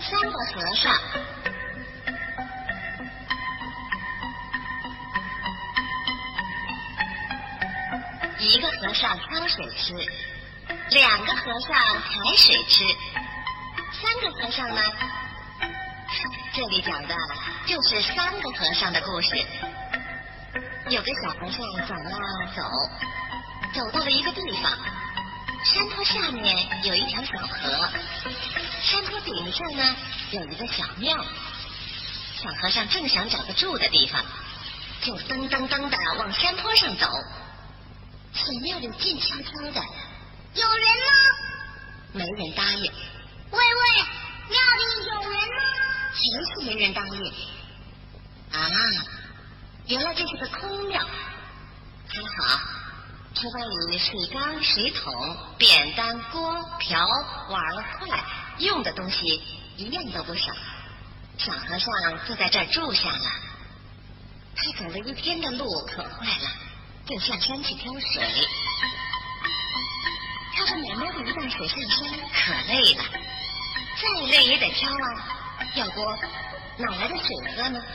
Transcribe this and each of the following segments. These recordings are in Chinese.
3个和尚。1个和尚挑水吃，2个和尚抬水吃，3个和尚呢？这里讲的就是3个和尚的故事。有个小和尚走啊走，走到了一个地方，山坡下面有一条小河，山坡顶上呢有一个小庙。小和尚正想找个住的地方，就噔噔噔的往山坡上走。小庙里静悄悄的， 有人吗？ 没人答应。 喂喂，庙里有人吗？ 还是没人答应。啊，原来这是个空庙。还好，厨房里水缸、水桶、扁担、锅、瓢、碗、筷，用的东西一样都不少。小和尚就在这儿住下了。他走了1天的路，渴坏了，就下山去挑水。挑着满满的一担水上山，可累了，再累也得挑啊，要不哪来的水喝呢？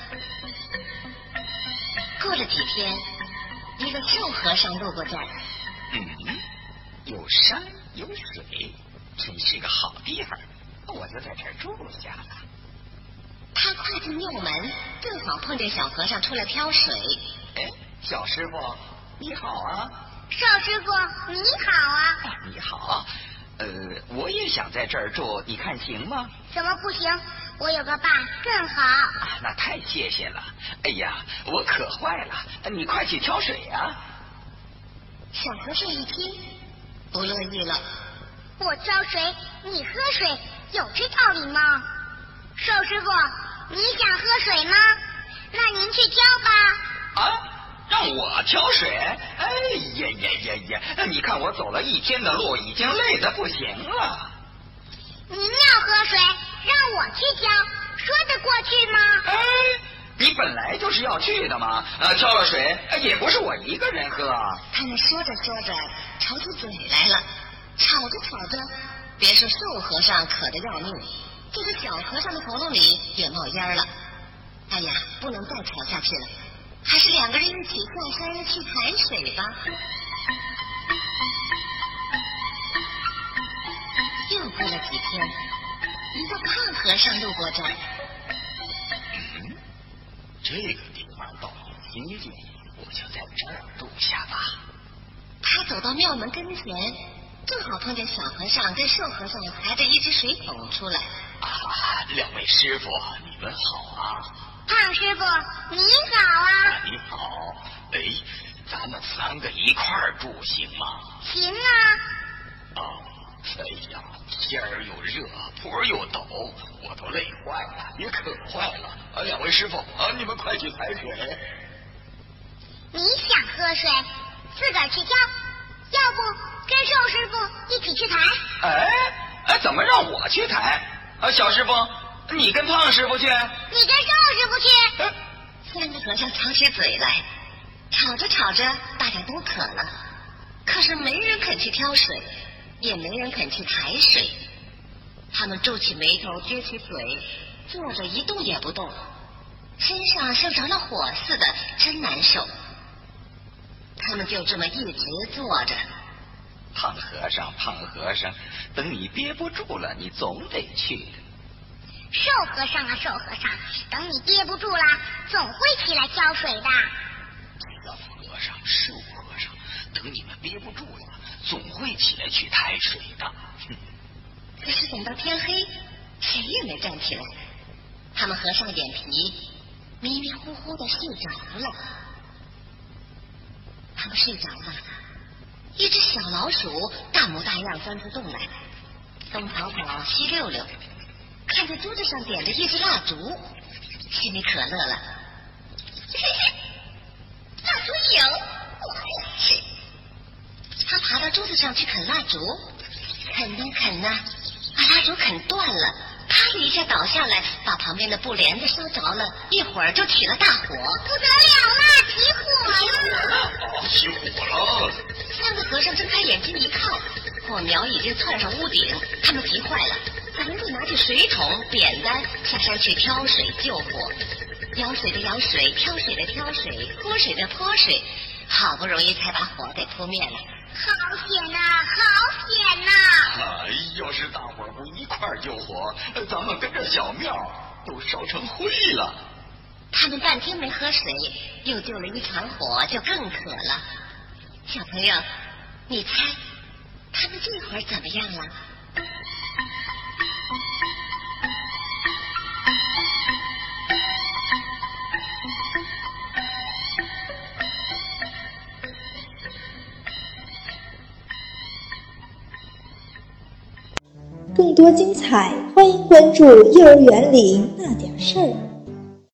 过了几天，一个瘦和尚路过这儿。 有山有水，真是个好地方，我就在这儿住下了。 他跨进庙门，正好碰见小和尚出来挑水。 哎，小师傅你好啊。 邵师傅你好啊。 你好，我也想在这儿住，你看行吗？ 怎么不行？我有个伴更好。 那太谢谢了。哎呀，我渴坏了，你快去挑水啊。 小和尚一听不乐意了。 我挑水，你喝水，有这道理吗？邵师傅，你想喝水吗？那您去挑吧。 啊，让我挑水？哎呀，你看我走了1天的路，已经累得不行了。 您要喝水，让我去挑，说得过去吗？ 哎，你本来就是要去的嘛，挑了水也不是我一个人喝。 他们说着说着吵起嘴来了，吵着吵着，别说瘦和尚渴得要命，就是小和尚的喉咙里也冒烟了。哎呀，不能再吵下去了，还是2个人一起下山去抬水吧。又过了几天，一个胖和尚路过这儿。 这个地方倒清静，我就在这儿住下吧。 他走到庙门跟前，正好碰见小和尚跟瘦和尚抬着一只水桶出来。 2位师傅你们好啊。 胖师傅你好啊。 你好。哎，咱们3个一块儿住行吗？ 行啊。 哎呀，天儿又热，坡又陡，我都累坏了，也渴坏了。2位师傅你们快去抬水。 你想喝水，自个儿去挑，要不跟瘦师傅一起去抬。 哎，怎么让我去抬？小师傅，你跟胖师傅去。 你跟瘦师傅去。 3个和尚吵起嘴来，吵着吵着，大家都渴了，可是没人肯去挑水，也没人肯去抬水。他们皱起眉头，撅起嘴，坐着一动也不动，身上像着了火似的，真难受。他们就这么一直坐着。 胖和尚，等你憋不住了，你总得去的。 瘦和尚啊，瘦和尚，等你憋不住了，总会起来挑水的。 老和尚，瘦和尚，等你们憋不住了，总会起来去抬水的。 可是等到天黑，谁也没站起来。他们合上眼皮，迷迷糊糊的睡着了。他们睡着了，一只小老鼠大模大样钻出洞来，东跑跑西溜溜，看见桌子上点着一支蜡烛，心里可乐了。蜡烛有，我还想吃。他爬到桌子上去啃蜡烛，啃呐啃呐，把蜡烛啃断了，啪的一下倒下来，把旁边的布帘子烧着了，一会儿就起了大火。 不得了了，起火了！ 起火了 ！3个和尚睁开眼睛一看，火苗已经窜上屋顶，他们急坏了，赶紧拿起水桶、扁担下山去挑水救火，舀水的舀水，挑水的挑水，泼水的泼水，好不容易才把火给扑灭了。 好险呐，好险呐！ 要是大伙儿不一块儿救火，咱们跟着小庙都烧成灰了。 他们半天没喝水，又救了一场火，就更渴了。小朋友，你猜他们这会儿怎么样了？ 更多精彩，欢迎关注幼儿园里那点事儿。